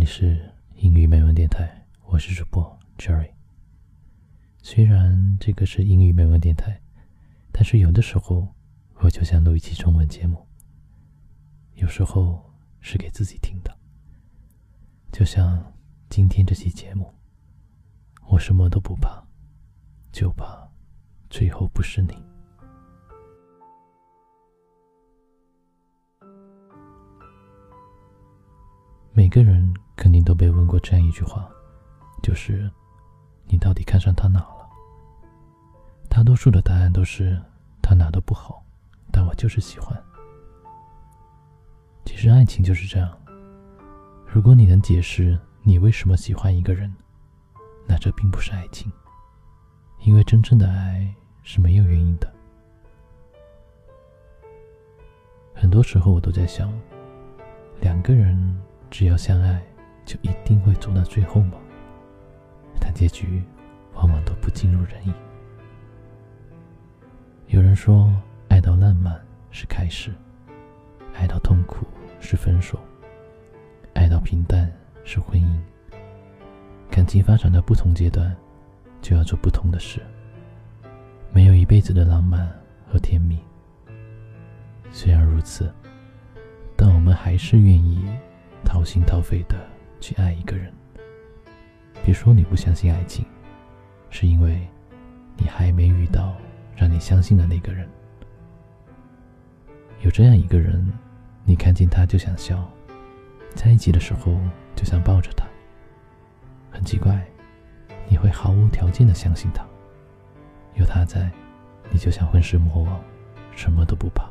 是英语美文电台，我是主播 Jerry。 虽然这个是英语美文电台，但是有的时候我就想录一期中文节目，有时候是给自己听的。就像今天这期节目，我什么都不怕，就怕最后不是你。每个人肯定都被问过这样一句话，就是你到底看上他哪了？大多数的答案都是他哪都不好，但我就是喜欢。其实爱情就是这样，如果你能解释你为什么喜欢一个人，那这并不是爱情，因为真正的爱是没有原因的。很多时候我都在想，两个人只要相爱，就一定会走到最后吗？但结局往往都不尽如人意。有人说，爱到浪漫是开始，爱到痛苦是分手，爱到平淡是婚姻。感情发展到不同阶段，就要做不同的事，没有一辈子的浪漫和甜蜜。虽然如此，但我们还是愿意掏心掏肺的去爱一个人。别说你不相信爱情，是因为你还没遇到让你相信的那个人。有这样一个人，你看见他就想笑，在一起的时候就想抱着他。很奇怪，你会毫无条件的相信他，有他在，你就像浑身魔王，什么都不怕。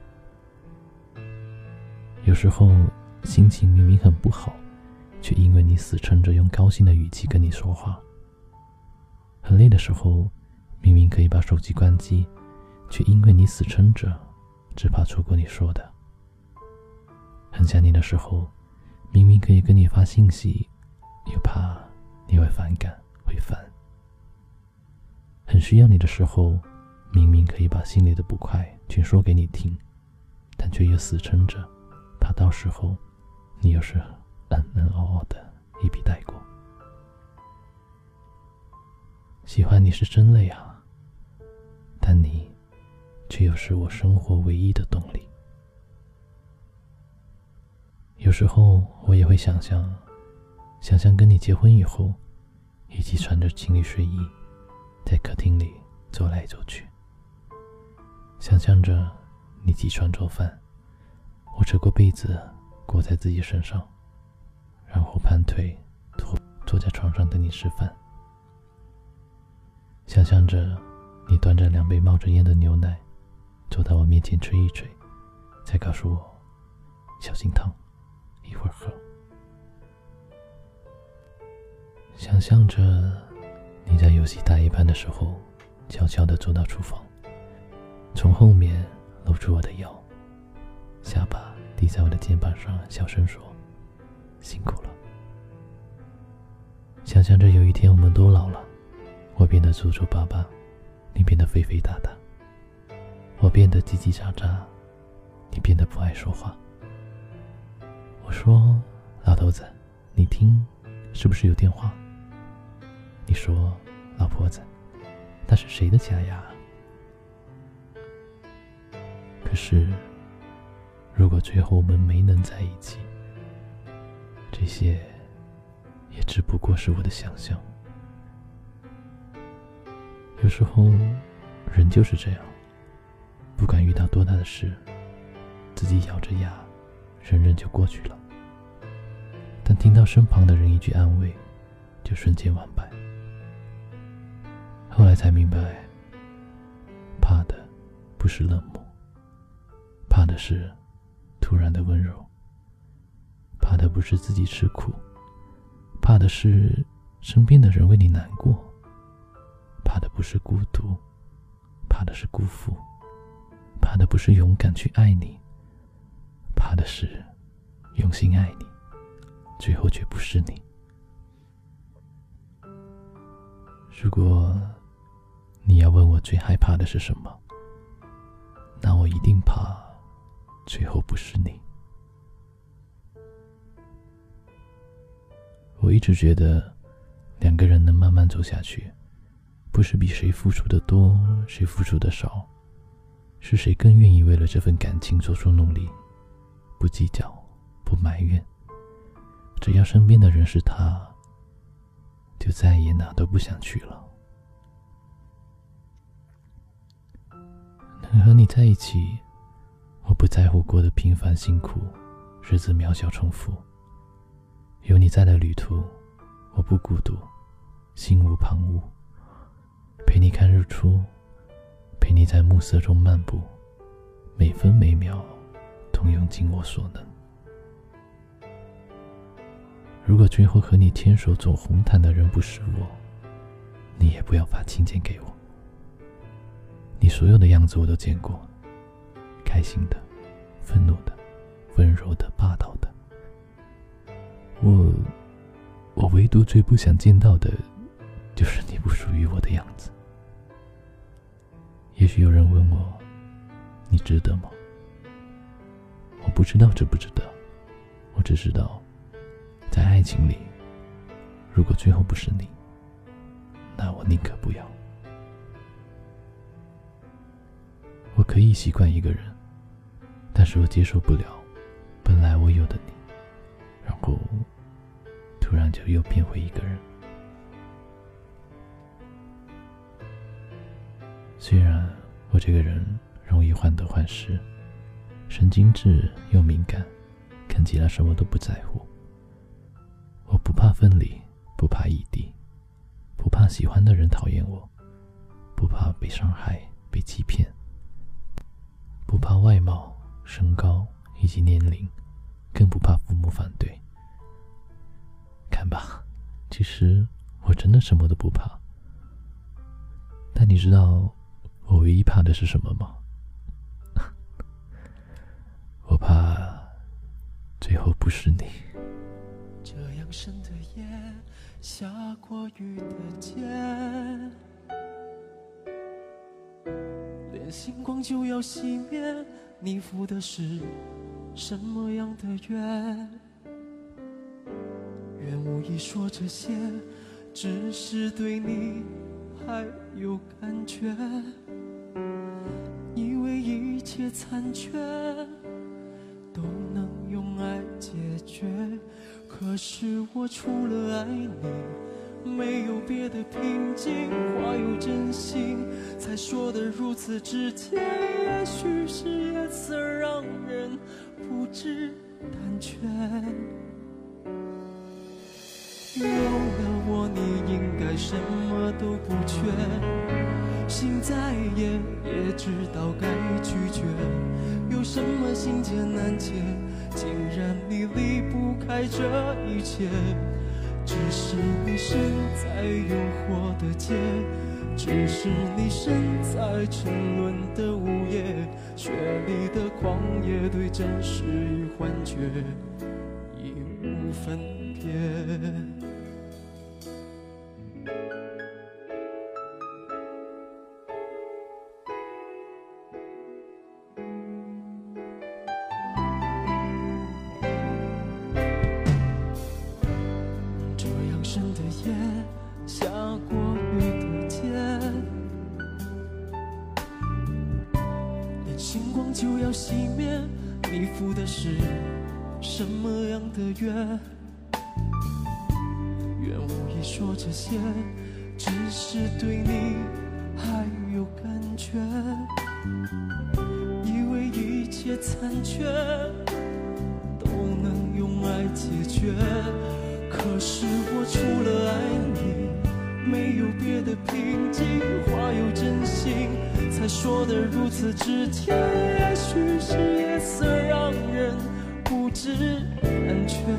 有时候心情明明很不好，却因为你死撑着用高兴的语气跟你说话。很累的时候，明明可以把手机关机，却因为你死撑着，只怕错过你说的。很想你的时候，明明可以跟你发信息，又怕你会反感会烦。很需要你的时候，明明可以把心里的不快全说给你听，但却又死撑着，怕到时候你又是嗷的一笔带过。喜欢你是真累啊，但你却又是我生活唯一的动力。有时候我也会想象跟你结婚以后，一起穿着情侣睡衣，在客厅里走来走去，想象着你起床做饭，我折过被子裹在自己身上，然后盘腿坐在床上等你吃饭。想象着你端着2杯冒着烟的牛奶走到我面前吹一吹，再告诉我小心烫，一会儿喝。想象着你在游戏打一半的时候悄悄地走到厨房，从后面搂住我的腰，下巴抵在我的肩膀上，小声说辛苦了。想象着有一天我们都老了，我变得皱皱巴巴，你变得肥肥大大，我变得叽叽喳喳，你变得不爱说话。我说老头子，你听，是不是有电话？你说老婆子，那是谁的家呀？可是如果最后我们没能在一起，这些也只不过是我的想象。有时候人就是这样，不管遇到多大的事，自己咬着牙忍忍就过去了，但听到身旁的人一句安慰，就瞬间完败。后来才明白，怕的不是冷漠，怕的是突然的温柔，怕的不是自己吃苦，怕的是身边的人为你难过，怕的不是孤独，怕的是辜负，怕的不是勇敢去爱你，怕的是用心爱你，最后却不是你。如果你要问我最害怕的是什么，那我一定怕最后不是你。 我一直觉得两个人能慢慢走下去，不是比谁付出的多谁付出的少，是谁更愿意为了这份感情做出努力，不计较不埋怨，只要身边的人是他，就再也哪都不想去了。能和你在一起，我不在乎过得平凡辛苦，日子渺小重复。有你在的旅途，我不孤独，心无旁骛。陪你看日出，陪你在暮色中漫步，每分每秒都用尽我所能。如果最后和你牵手走红毯的人不是我，你也不要发请柬给我。你所有的样子我都见过，开心的，愤怒的，温柔的，霸道的。我唯独最不想见到的，就是你不属于我的样子。也许有人问我，你值得吗？我不知道值不值得，我只知道，在爱情里，如果最后不是你，那我宁可不要。我可以习惯一个人，但是我接受不了本来我有的你，然后突然就又变回一个人。虽然我这个人容易患得患失，神经质又敏感，看起来什么都不在乎。我不怕分离，不怕异地，不怕喜欢的人讨厌我，不怕被伤害被欺骗，不怕外貌身高以及年龄，更不怕父母反对。看吧，其实我真的什么都不怕。但你知道我唯一怕的是什么吗？我怕最后不是你。 这样深的夜，下过雨的街，连星光就要熄灭，你赴的是什么样的约？愿无意说这些，只是对你还有感觉，以为一切残缺都能用爱解决，可是我除了爱你，没有别的平静，话有真心，才说得如此直接，也许是夜色让人不知胆怯。有了我，你应该什么都不缺，心再野也知道该拒绝，有什么心结难解，竟然你离不开这一切。只是你身在诱惑的街，只是你身在沉沦的午夜，雪里的狂野对真实与幻觉已无分别。深的夜，下过雨的街，连星光就要熄灭，你赴的是什么样的约？愿无意说这些，只是对你还有感觉，以为一切残缺都能用爱解决，可是我除了爱你，没有别的平静，话有真心，才说得如此直接，也许是夜色让人不知安全。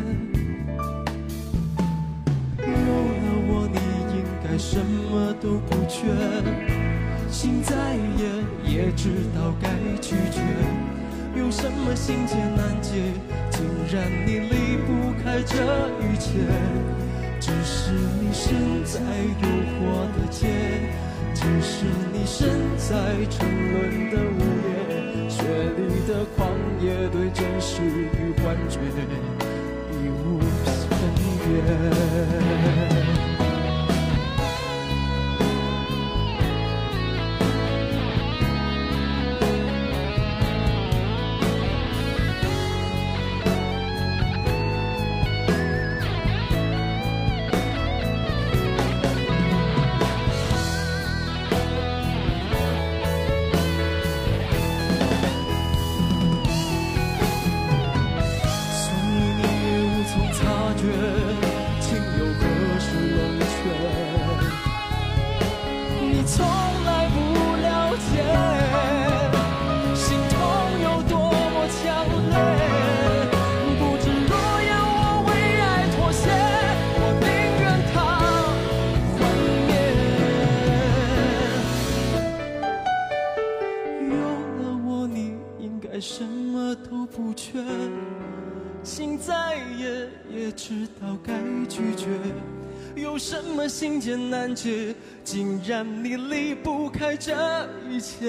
有了我，你应该什么都不缺，心再野也知道该拒绝，有什么心结难解，竟然你离不开这一切。只是你身在诱惑的街，只是你身在沉沦的午夜，雪里的狂野对真实与幻觉已无分别。 什么都不缺，心再野也知道该拒绝。有什么心结难解，竟然你离不开这一切？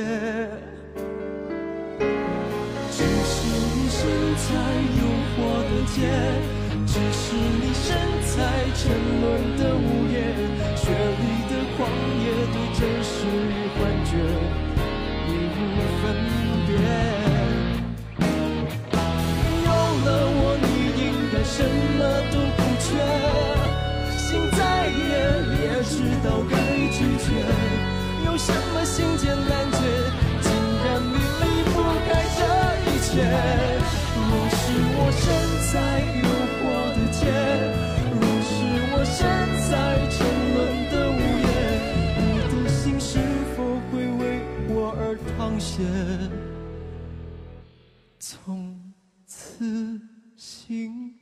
只是你身材诱惑的街，只是你身材沉沦的午夜，雪里的狂野对真实与幻觉已无分别。什么都不缺，心再野也知道该拒绝。有什么心结难解，竟然你离不开这一切？若是我身在诱惑的街，若是我身在沉沦的午夜，你的心是否会为我而淌血？从此心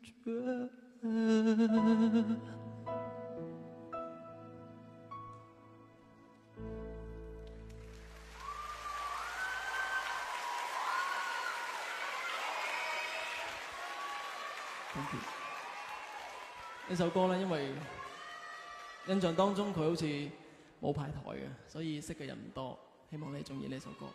呢首歌咧，因為印象當中佢好似冇排台嘅，所以識嘅人唔多。希望你中意呢首歌。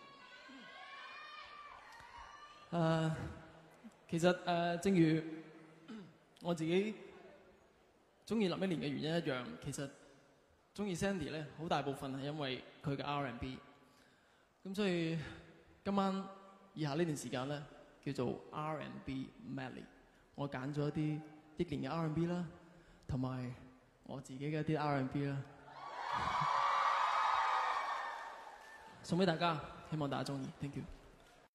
其實正如我自己中意林憶蓮嘅原因一樣，其實中意 Sandy 咧，好大部分係因為佢嘅 R&B。咁所以今晚以下呢段時間咧，叫做 R&B Medley， 我揀咗一啲憶蓮嘅 R&B 啦，同埋我自己嘅一啲 R&B 啦，送俾大家，希望大家中意。Thank you。